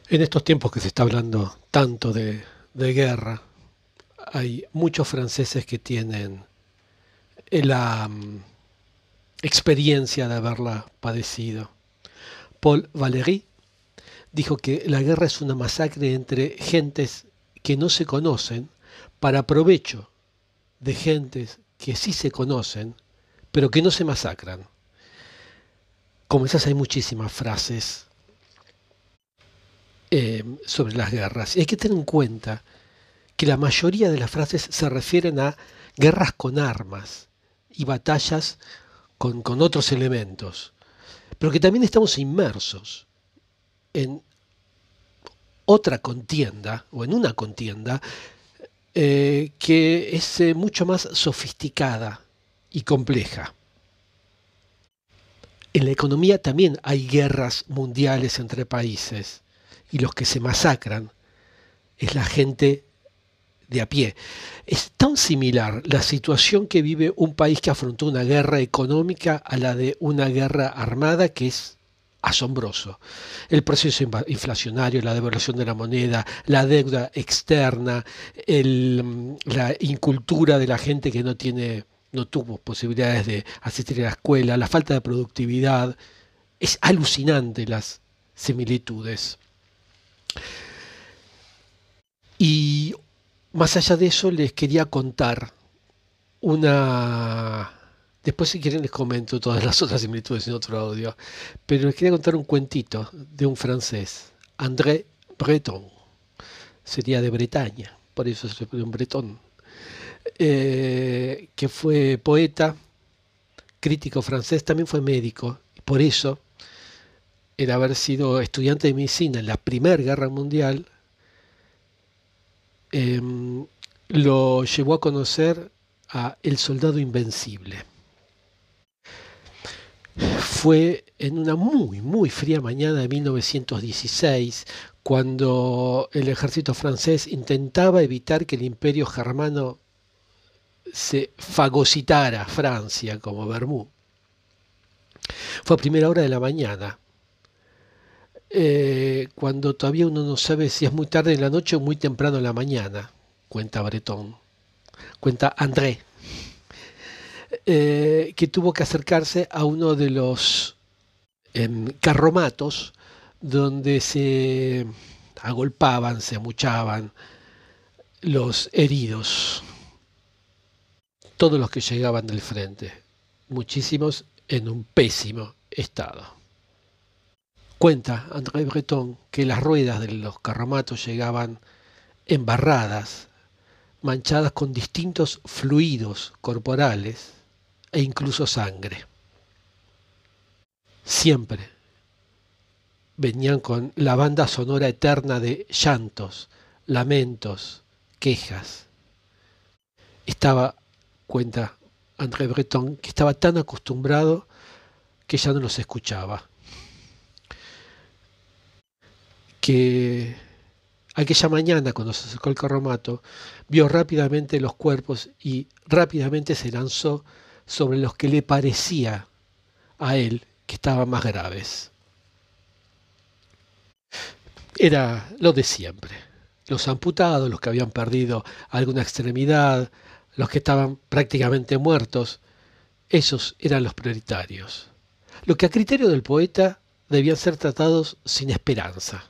En estos tiempos que se está hablando tanto de guerra, hay muchos franceses que tienen la experiencia de haberla padecido. Paul Valéry dijo que la guerra es una masacre entre gentes que no se conocen para provecho de gentes que sí se conocen, pero que no se masacran. Como esas hay muchísimas frases sobre las guerras. Y hay que tener en cuenta que la mayoría de las frases se refieren a guerras con armas y batallas con otros elementos, pero que también estamos inmersos en otra contienda o en una contienda que es mucho más sofisticada y compleja. En la economía también hay guerras mundiales entre países y los que se masacran es la gente de a pie. Es tan similar la situación que vive un país que afrontó una guerra económica a la de una guerra armada que es asombroso. El proceso inflacionario, la devaluación de la moneda, la deuda externa, la incultura de la gente que no tuvo posibilidades de asistir a la escuela, la falta de productividad. Es alucinante las similitudes. Y más allá de eso, les quería contar una... Después, si quieren, les comento todas las otras similitudes en otro audio. Pero les quería contar un cuentito de un francés, André Breton. Sería de Bretaña, por eso se pone un bretón. Que fue poeta, crítico francés, también fue médico. Y por eso, el haber sido estudiante de medicina en la Primera Guerra Mundial, eh, lo llevó a conocer a El Soldado Invencible. Fue en una muy, muy fría mañana de 1916, cuando el ejército francés intentaba evitar que el imperio germano se fagocitara Francia como Bermú. Fue a primera hora de la mañana, cuando todavía uno no sabe si es muy tarde en la noche o muy temprano en la mañana, cuenta Breton, cuenta André, que tuvo que acercarse a uno de los carromatos donde se agolpaban, se amuchaban los heridos, todos los que llegaban del frente, muchísimos en un pésimo estado. Cuenta André Breton que las ruedas de los carromatos llegaban embarradas, manchadas con distintos fluidos corporales e incluso sangre. Siempre venían con la banda sonora eterna de llantos, lamentos, quejas. Estaba, cuenta André Breton, que estaba tan acostumbrado que ya no los escuchaba. Que aquella mañana, cuando se acercó al carromato, vio rápidamente los cuerpos y rápidamente se lanzó sobre los que le parecía a él que estaban más graves. Era lo de siempre. Los amputados, los que habían perdido alguna extremidad, los que estaban prácticamente muertos, esos eran los prioritarios. Lo que a criterio del poeta debían ser tratados sin esperanza.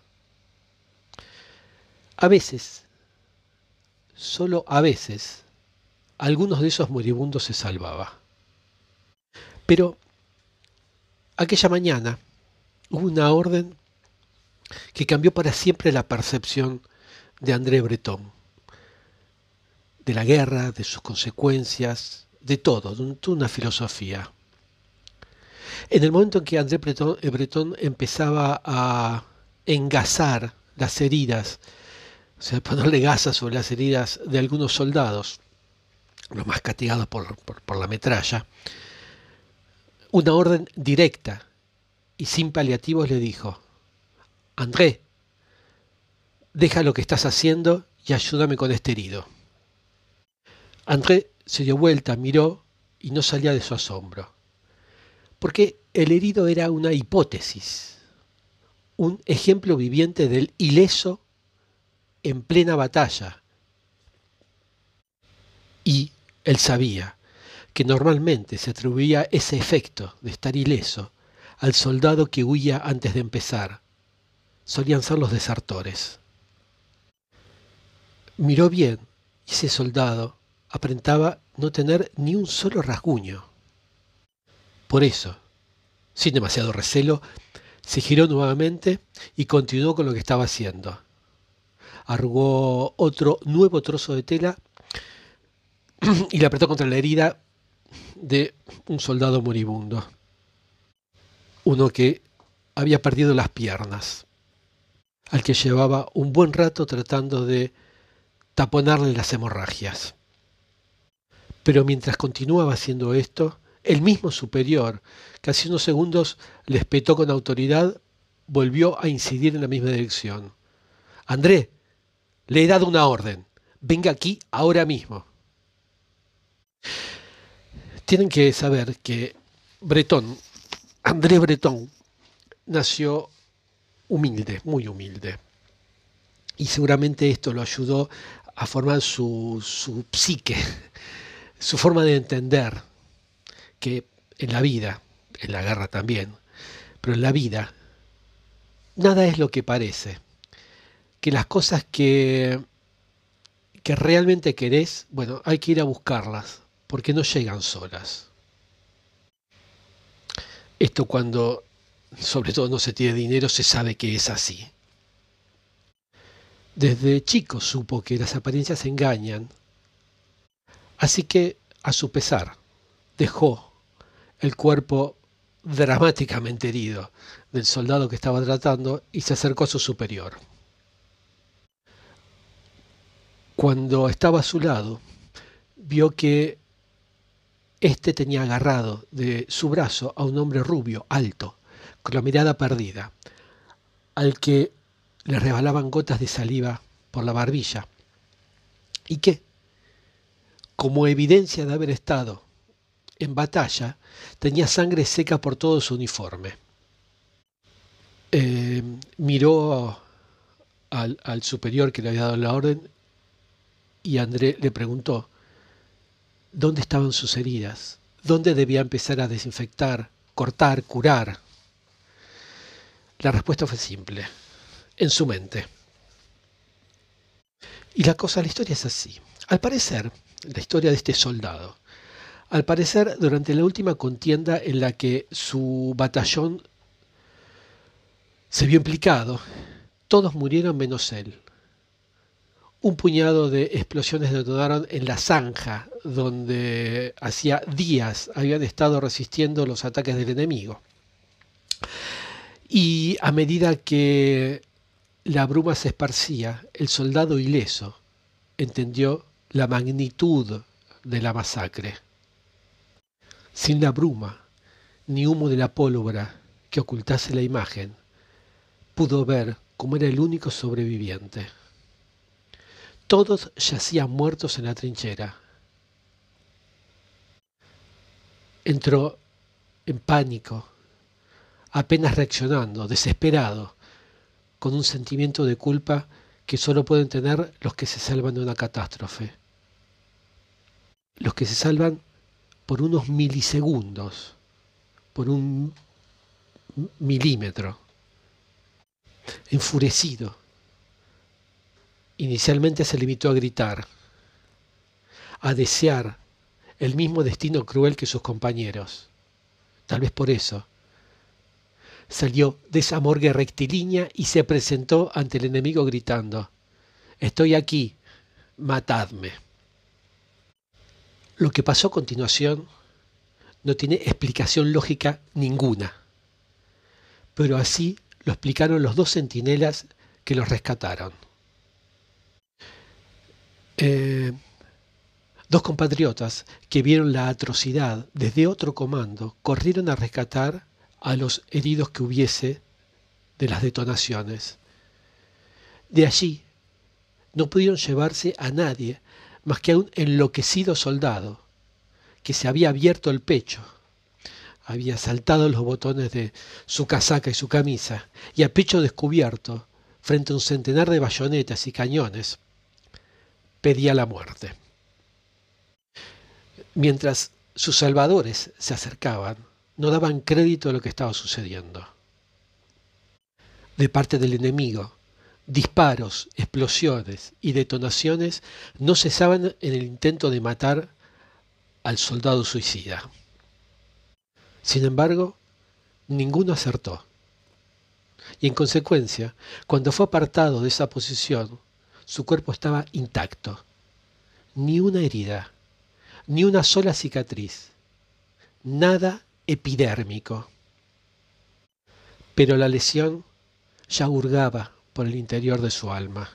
A veces, solo a veces, algunos de esos moribundos se salvaba. Pero aquella mañana hubo una orden que cambió para siempre la percepción de André Breton, de la guerra, de sus consecuencias, de todo, de toda una filosofía. En el momento en que André Breton empezaba a engasar las heridas, o sea, ponerle gasas sobre las heridas de algunos soldados, los más castigados por la metralla, una orden directa y sin paliativos le dijo: André, deja lo que estás haciendo y ayúdame con este herido. André se dio vuelta, miró y no salía de su asombro, porque el herido era una hipótesis, un ejemplo viviente del ileso en plena batalla. Y él sabía que normalmente se atribuía ese efecto de estar ileso al soldado que huía antes de empezar. Solían ser los desertores. Miró bien y ese soldado aparentaba no tener ni un solo rasguño. Por eso, sin demasiado recelo, se giró nuevamente y continuó con lo que estaba haciendo. Arrugó otro nuevo trozo de tela y le apretó contra la herida de un soldado moribundo. Uno que había perdido las piernas, al que llevaba un buen rato tratando de taponarle las hemorragias. Pero mientras continuaba haciendo esto, el mismo superior, que hace unos segundos le espetó con autoridad, volvió a incidir en la misma dirección. André, le he dado una orden. Venga aquí ahora mismo. Tienen que saber que André Breton, nació humilde, muy humilde. Y seguramente esto lo ayudó a formar su psique, su forma de entender que en la vida, en la guerra también, pero en la vida, nada es lo que parece. Que las cosas que realmente querés, bueno, hay que ir a buscarlas, porque no llegan solas. Esto cuando, sobre todo, no se tiene dinero, se sabe que es así. Desde chico supo que las apariencias engañan, así que, a su pesar, dejó el cuerpo dramáticamente herido del soldado que estaba tratando y se acercó a su superior. Cuando estaba a su lado, vio que éste tenía agarrado de su brazo a un hombre rubio, alto, con la mirada perdida, al que le resbalaban gotas de saliva por la barbilla, y que, como evidencia de haber estado en batalla, tenía sangre seca por todo su uniforme. Miró al superior que le había dado la orden y André le preguntó dónde estaban sus heridas, dónde debía empezar a desinfectar, cortar, curar. La respuesta fue simple, en su mente. Y la historia es así. Al parecer, la historia de este soldado, al parecer durante la última contienda en la que su batallón se vio implicado, todos murieron menos él. Un puñado de explosiones detonaron en la zanja donde hacía días habían estado resistiendo los ataques del enemigo. Y a medida que la bruma se esparcía, el soldado ileso entendió la magnitud de la masacre. Sin la bruma, ni humo de la pólvora que ocultase la imagen, pudo ver cómo era el único sobreviviente. Todos yacían muertos en la trinchera. Entró en pánico, apenas reaccionando, desesperado, con un sentimiento de culpa que solo pueden tener los que se salvan de una catástrofe. Los que se salvan por unos milisegundos, por un milímetro. Enfurecido, inicialmente se limitó a gritar, a desear el mismo destino cruel que sus compañeros. Tal vez por eso salió de esa morgue rectilínea y se presentó ante el enemigo gritando: «Estoy aquí, matadme». Lo que pasó a continuación no tiene explicación lógica ninguna, pero así lo explicaron los dos centinelas que los rescataron. Dos compatriotas que vieron la atrocidad desde otro comando corrieron a rescatar a los heridos que hubiese de las detonaciones. De allí no pudieron llevarse a nadie más que a un enloquecido soldado que se había abierto el pecho había saltado los botones de su casaca y su camisa, y a pecho descubierto, frente a un centenar de bayonetas y cañones, pedía la muerte. Mientras sus salvadores se acercaban, no daban crédito a lo que estaba sucediendo. De parte del enemigo, disparos, explosiones y detonaciones no cesaban en el intento de matar al soldado suicida. Sin embargo, ninguno acertó. Y en consecuencia, cuando fue apartado de esa posición, su cuerpo estaba intacto. Ni una herida, ni una sola cicatriz, nada epidérmico. Pero la lesión ya hurgaba por el interior de su alma.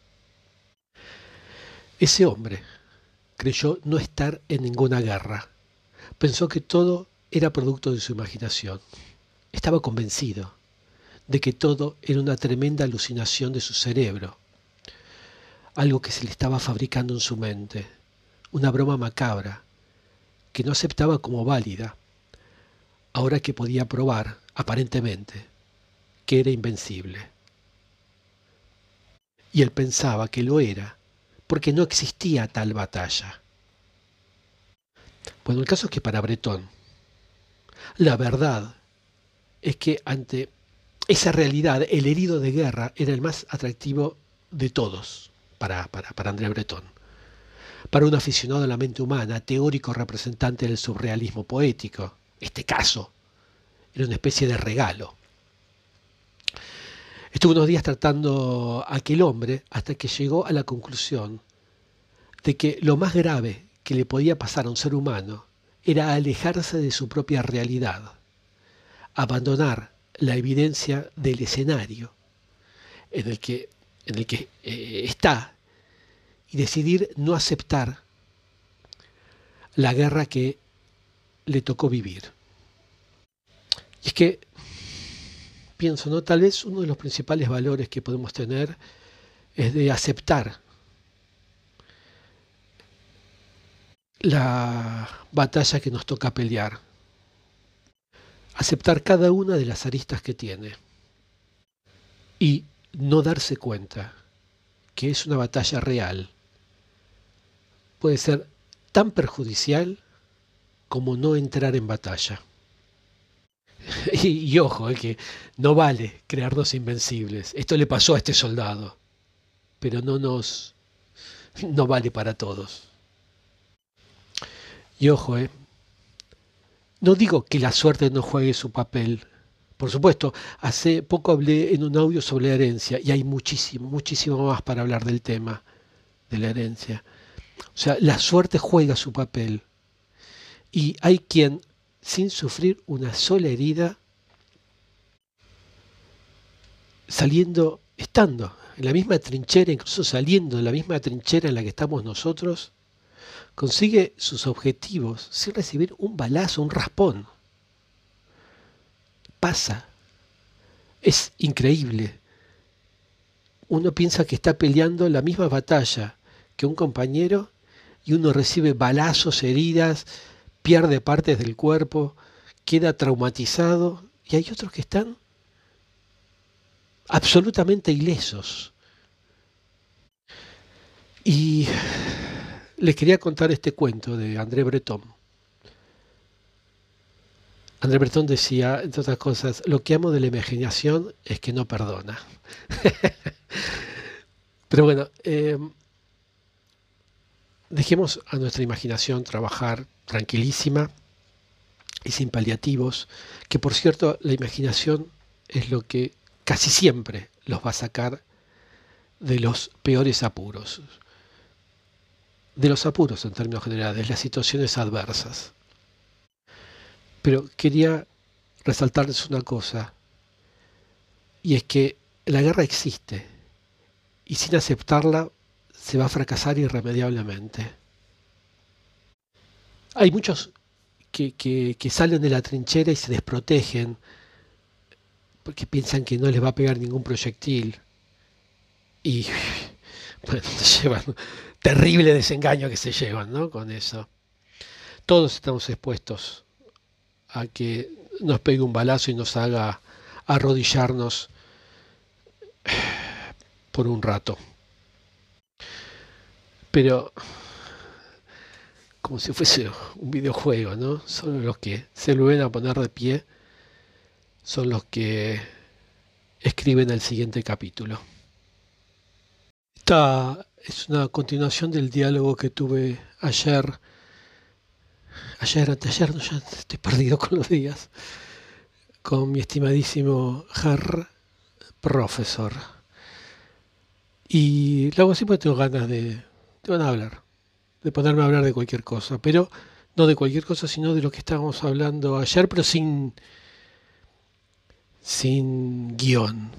Ese hombre creyó no estar en ninguna guerra. Pensó que todo era producto de su imaginación. Estaba convencido de que todo era una tremenda alucinación de su cerebro, algo que se le estaba fabricando en su mente, una broma macabra que no aceptaba como válida, ahora que podía probar, aparentemente, que era invencible. Y él pensaba que lo era, porque no existía tal batalla. Bueno, el caso es que para Bretón, la verdad es que ante esa realidad, el herido de guerra era el más atractivo de todos para André Breton. Para un aficionado a la mente humana, teórico representante del surrealismo poético, este caso era una especie de regalo. Estuvo unos días tratando a aquel hombre hasta que llegó a la conclusión de que lo más grave que le podía pasar a un ser humano era alejarse de su propia realidad, abandonar la evidencia del escenario en el que está y decidir no aceptar la guerra que le tocó vivir. Y es que, pienso, ¿no? Tal vez uno de los principales valores que podemos tener es de aceptar la batalla que nos toca pelear, aceptar cada una de las aristas que tiene y no darse cuenta que es una batalla real. Puede ser tan perjudicial como no entrar en batalla. Y ojo, que no vale crearnos invencibles. Esto le pasó a este soldado, pero no vale para todos. Y ojo, no digo que la suerte no juegue su papel. Por supuesto, hace poco hablé en un audio sobre la herencia y hay muchísimo más para hablar del tema de la herencia. O sea, la suerte juega su papel y hay quien, sin sufrir una sola herida, estando en la misma trinchera, incluso saliendo de la misma trinchera en la que estamos nosotros, consigue sus objetivos sin recibir un balazo, un raspón. Pasa. Es increíble. Uno piensa que está peleando la misma batalla que un compañero y uno recibe balazos, heridas, pierde partes del cuerpo, queda traumatizado y hay otros que están absolutamente ilesos. Y les quería contar este cuento de André Breton. André Breton decía, entre otras cosas, lo que amo de la imaginación es que no perdona. Pero bueno, dejemos a nuestra imaginación trabajar tranquilísima y sin paliativos, que por cierto, la imaginación es lo que casi siempre los va a sacar de los peores apuros. De los apuros en términos generales, las situaciones adversas. Pero quería resaltarles una cosa, y es que la guerra existe, y sin aceptarla se va a fracasar irremediablemente. Hay muchos que salen de la trinchera y se desprotegen, porque piensan que no les va a pegar ningún proyectil, y bueno, se llevan terrible desengaño que se llevan, ¿no? Con eso. Todos estamos expuestos a que nos pegue un balazo y nos haga arrodillarnos por un rato. Pero como si fuese un videojuego, ¿no? Solo los que se lo ven a poner de pie son los que escriben el siguiente capítulo. Esta es una continuación del diálogo que tuve ayer, anteayer, no, ya estoy perdido con los días, con mi estimadísimo Herr Profesor. Y lo hago así porque tengo ganas de hablar, de ponerme a hablar de cualquier cosa, pero no de cualquier cosa, sino de lo que estábamos hablando ayer, pero sin guión.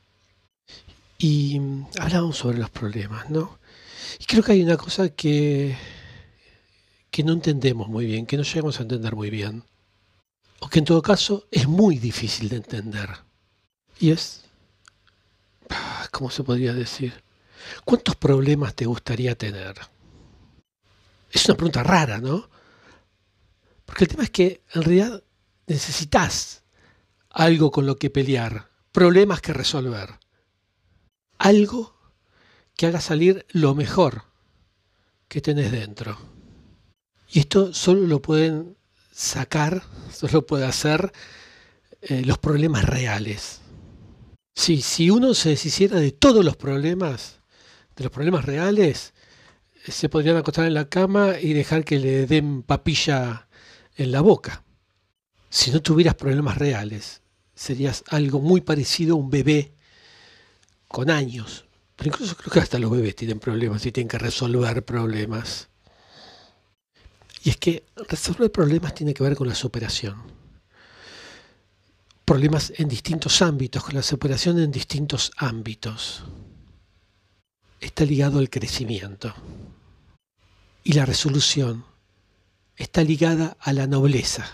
Y hablábamos sobre los problemas, ¿no? Y creo que hay una cosa que no entendemos muy bien, que no llegamos a entender muy bien, o que en todo caso es muy difícil de entender. Y es, ¿cómo se podría decir? ¿Cuántos problemas te gustaría tener? Es una pregunta rara, ¿no? Porque el tema es que en realidad necesitas algo con lo que pelear, problemas que resolver, algo que haga salir lo mejor que tenés dentro. Y esto solo lo pueden sacar, solo puede hacer los problemas reales. Si uno se deshiciera de todos los problemas reales, se podrían acostar en la cama y dejar que le den papilla en la boca. Si no tuvieras problemas reales, serías algo muy parecido a un bebé con años. Pero incluso creo que hasta los bebés tienen problemas y tienen que resolver problemas. Y es que resolver problemas tiene que ver con la superación. Problemas en distintos ámbitos, con la superación en distintos ámbitos. Está ligado al crecimiento. Y la resolución está ligada a la nobleza.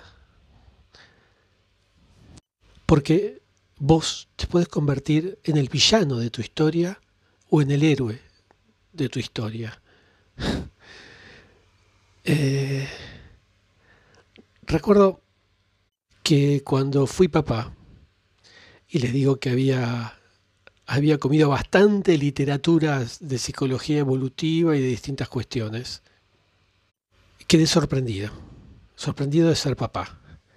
Porque vos te puedes convertir en el villano de tu historia o en el héroe de tu historia. Recuerdo que cuando fui papá, y les digo que había comido bastante literatura de psicología evolutiva y de distintas cuestiones, quedé sorprendido de ser papá.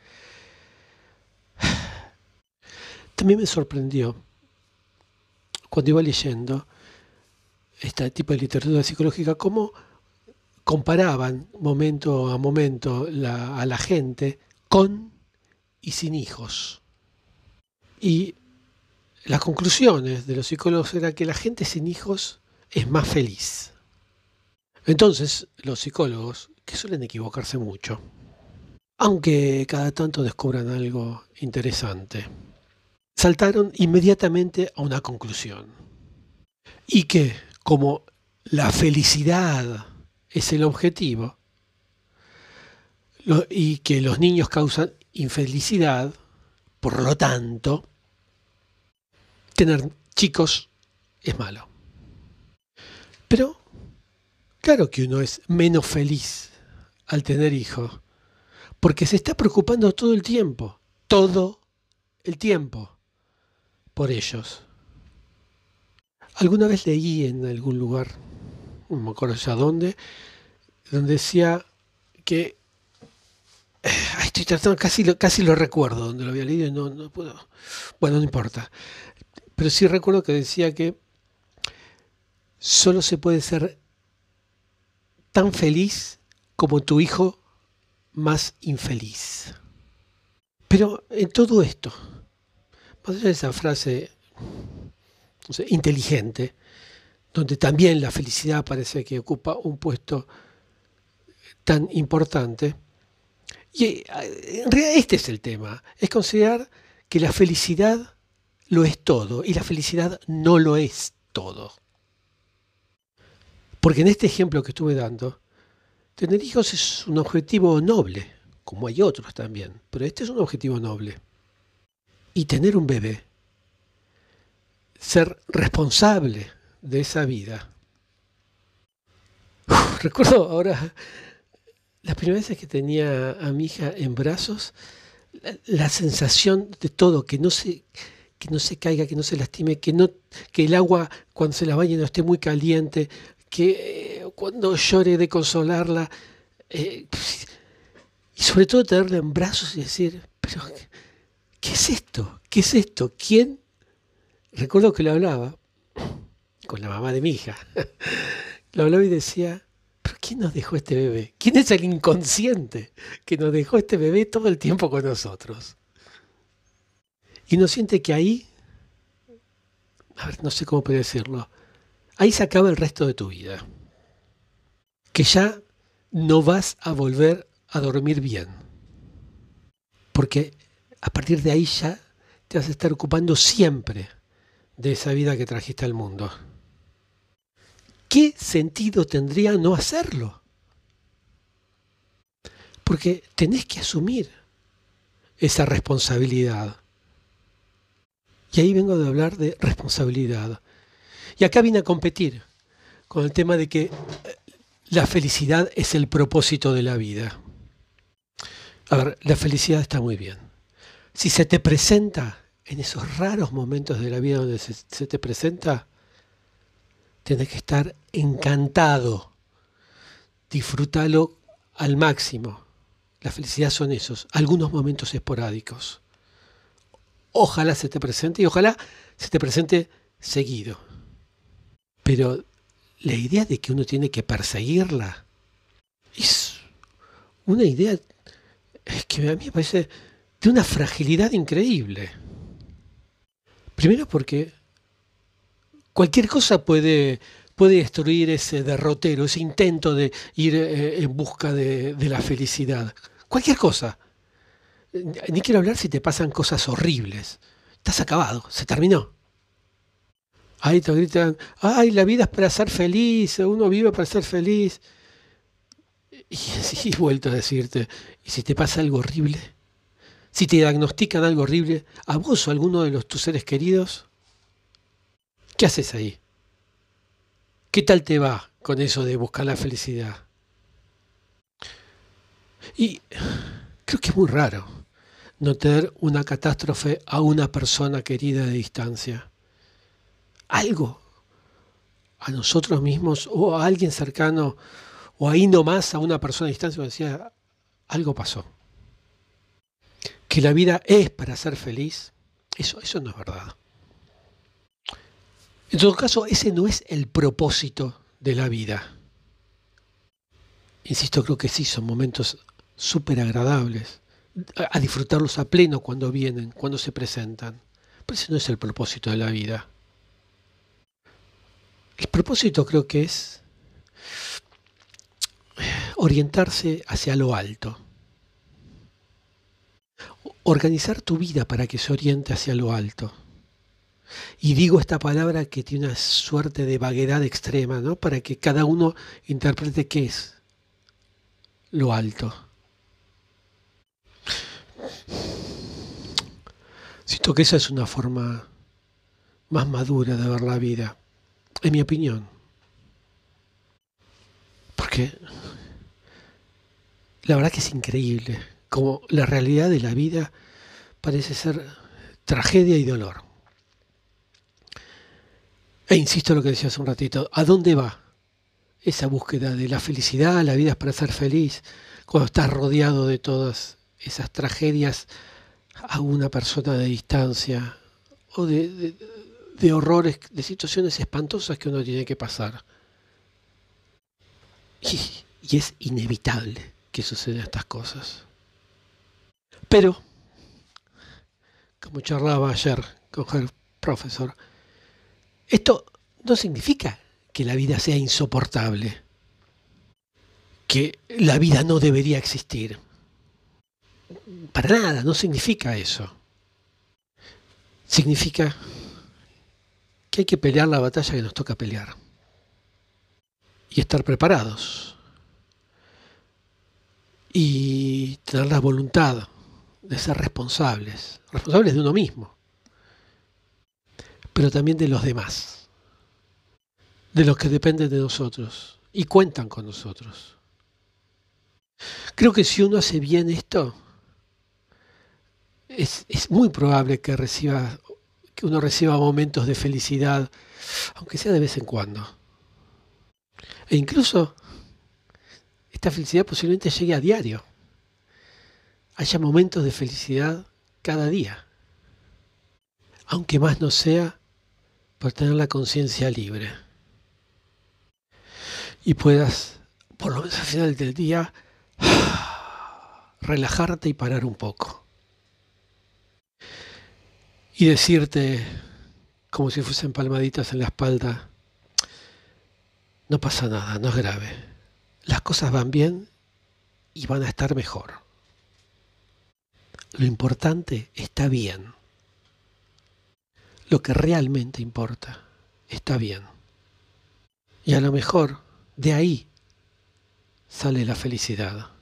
También me sorprendió cuando iba leyendo este tipo de literatura psicológica cómo comparaban momento a momento a la gente con y sin hijos. Y las conclusiones de los psicólogos era que la gente sin hijos es más feliz. Entonces, los psicólogos, que suelen equivocarse mucho, aunque cada tanto descubran algo interesante, saltaron inmediatamente a una conclusión. Y que, como la felicidad es el objetivo, y que los niños causan infelicidad, por lo tanto, tener chicos es malo. Pero, claro que uno es menos feliz al tener hijos, porque se está preocupando todo el tiempo, por ellos. Alguna vez leí en algún lugar, no me acuerdo ya dónde, donde decía que, estoy tratando, casi lo recuerdo, donde lo había leído y no puedo, bueno, no importa, pero sí recuerdo que decía que solo se puede ser tan feliz como tu hijo más infeliz. Pero en todo esto, más allá de esa frase, no sé, inteligente, donde también la felicidad parece que ocupa un puesto tan importante, y en realidad este es el tema, es considerar que la felicidad lo es todo y la felicidad no lo es todo. Porque en este ejemplo que estuve dando, tener hijos es un objetivo noble, como hay otros también, pero este es un objetivo noble. Y tener un bebé, ser responsable de esa vida. Recuerdo ahora, las primeras veces que tenía a mi hija en brazos, la sensación de todo, que no se caiga, que no se lastime, que el agua cuando se la bañe no esté muy caliente, que cuando llore de consolarla, eh, y sobre todo tenerla en brazos y decir, pero ¿qué es esto? ¿Qué es esto? ¿Quién? Recuerdo que lo hablaba con la mamá de mi hija. Lo hablaba y decía, ¿pero quién nos dejó este bebé? ¿Quién es el inconsciente que nos dejó este bebé todo el tiempo con nosotros? Y uno siente que ahí, a ver, no sé cómo puedo decirlo, ahí se acaba el resto de tu vida. Que ya no vas a volver a dormir bien. Porque a partir de ahí ya te vas a estar ocupando siempre de esa vida que trajiste al mundo. ¿Qué sentido tendría no hacerlo? Porque tenés que asumir esa responsabilidad. Y ahí vengo de hablar de responsabilidad. Y acá vine a competir con el tema de que la felicidad es el propósito de la vida. A ver, la felicidad está muy bien. Si se te presenta en esos raros momentos de la vida donde se te presenta, tenés que estar encantado, disfrútalo al máximo. La felicidad son esos, algunos momentos esporádicos. Ojalá se te presente y ojalá se te presente seguido. Pero la idea de que uno tiene que perseguirla es una idea que a mí me parece de una fragilidad increíble. Primero porque cualquier cosa puede destruir ese derrotero, ese intento de ir en busca de la felicidad. Cualquier cosa. Ni quiero hablar si te pasan cosas horribles. Estás acabado, se terminó. Ahí te gritan, ay, la vida es para ser feliz, uno vive para ser feliz. Y vuelto a decirte, ¿y si te pasa algo horrible? Si te diagnostican algo horrible, a vos o a alguno de tus seres queridos, ¿qué haces ahí? ¿Qué tal te va con eso de buscar la felicidad? Y creo que es muy raro no tener una catástrofe a una persona querida de distancia. Algo a nosotros mismos o a alguien cercano o ahí nomás a una persona a distancia me decía, algo pasó. Que la vida es para ser feliz, eso no es verdad. En todo caso, ese no es el propósito de la vida. Insisto, creo que sí, son momentos súper agradables, a disfrutarlos a pleno cuando vienen, cuando se presentan. Pero ese no es el propósito de la vida. El propósito creo que es orientarse hacia lo alto. Organizar tu vida para que se oriente hacia lo alto. Y digo esta palabra que tiene una suerte de vaguedad extrema, ¿no? Para que cada uno interprete qué es lo alto. Siento que esa es una forma más madura de ver la vida, en mi opinión. Porque la verdad que es increíble como la realidad de la vida parece ser tragedia y dolor. E insisto en lo que decía hace un ratito, ¿a dónde va esa búsqueda de la felicidad? La vida es para ser feliz, cuando estás rodeado de todas esas tragedias a una persona de distancia o de horrores, de situaciones espantosas que uno tiene que pasar. Y es inevitable que sucedan estas cosas. Pero, como charlaba ayer con el profesor, esto no significa que la vida sea insoportable, que la vida no debería existir. Para nada, no significa eso. Significa que hay que pelear la batalla que nos toca pelear y estar preparados y tener la voluntad de ser responsables, responsables de uno mismo, pero también de los demás, de los que dependen de nosotros y cuentan con nosotros. Creo que si uno hace bien esto, es muy probable que uno reciba momentos de felicidad, aunque sea de vez en cuando. E incluso esta felicidad posiblemente llegue a diario. Haya momentos de felicidad cada día, aunque más no sea por tener la conciencia libre. Y puedas, por lo menos al final del día, relajarte y parar un poco. Y decirte, como si fuesen palmaditas en la espalda, no pasa nada, no es grave. Las cosas van bien y van a estar mejor. Lo importante está bien. Lo que realmente importa está bien. Y a lo mejor de ahí sale la felicidad.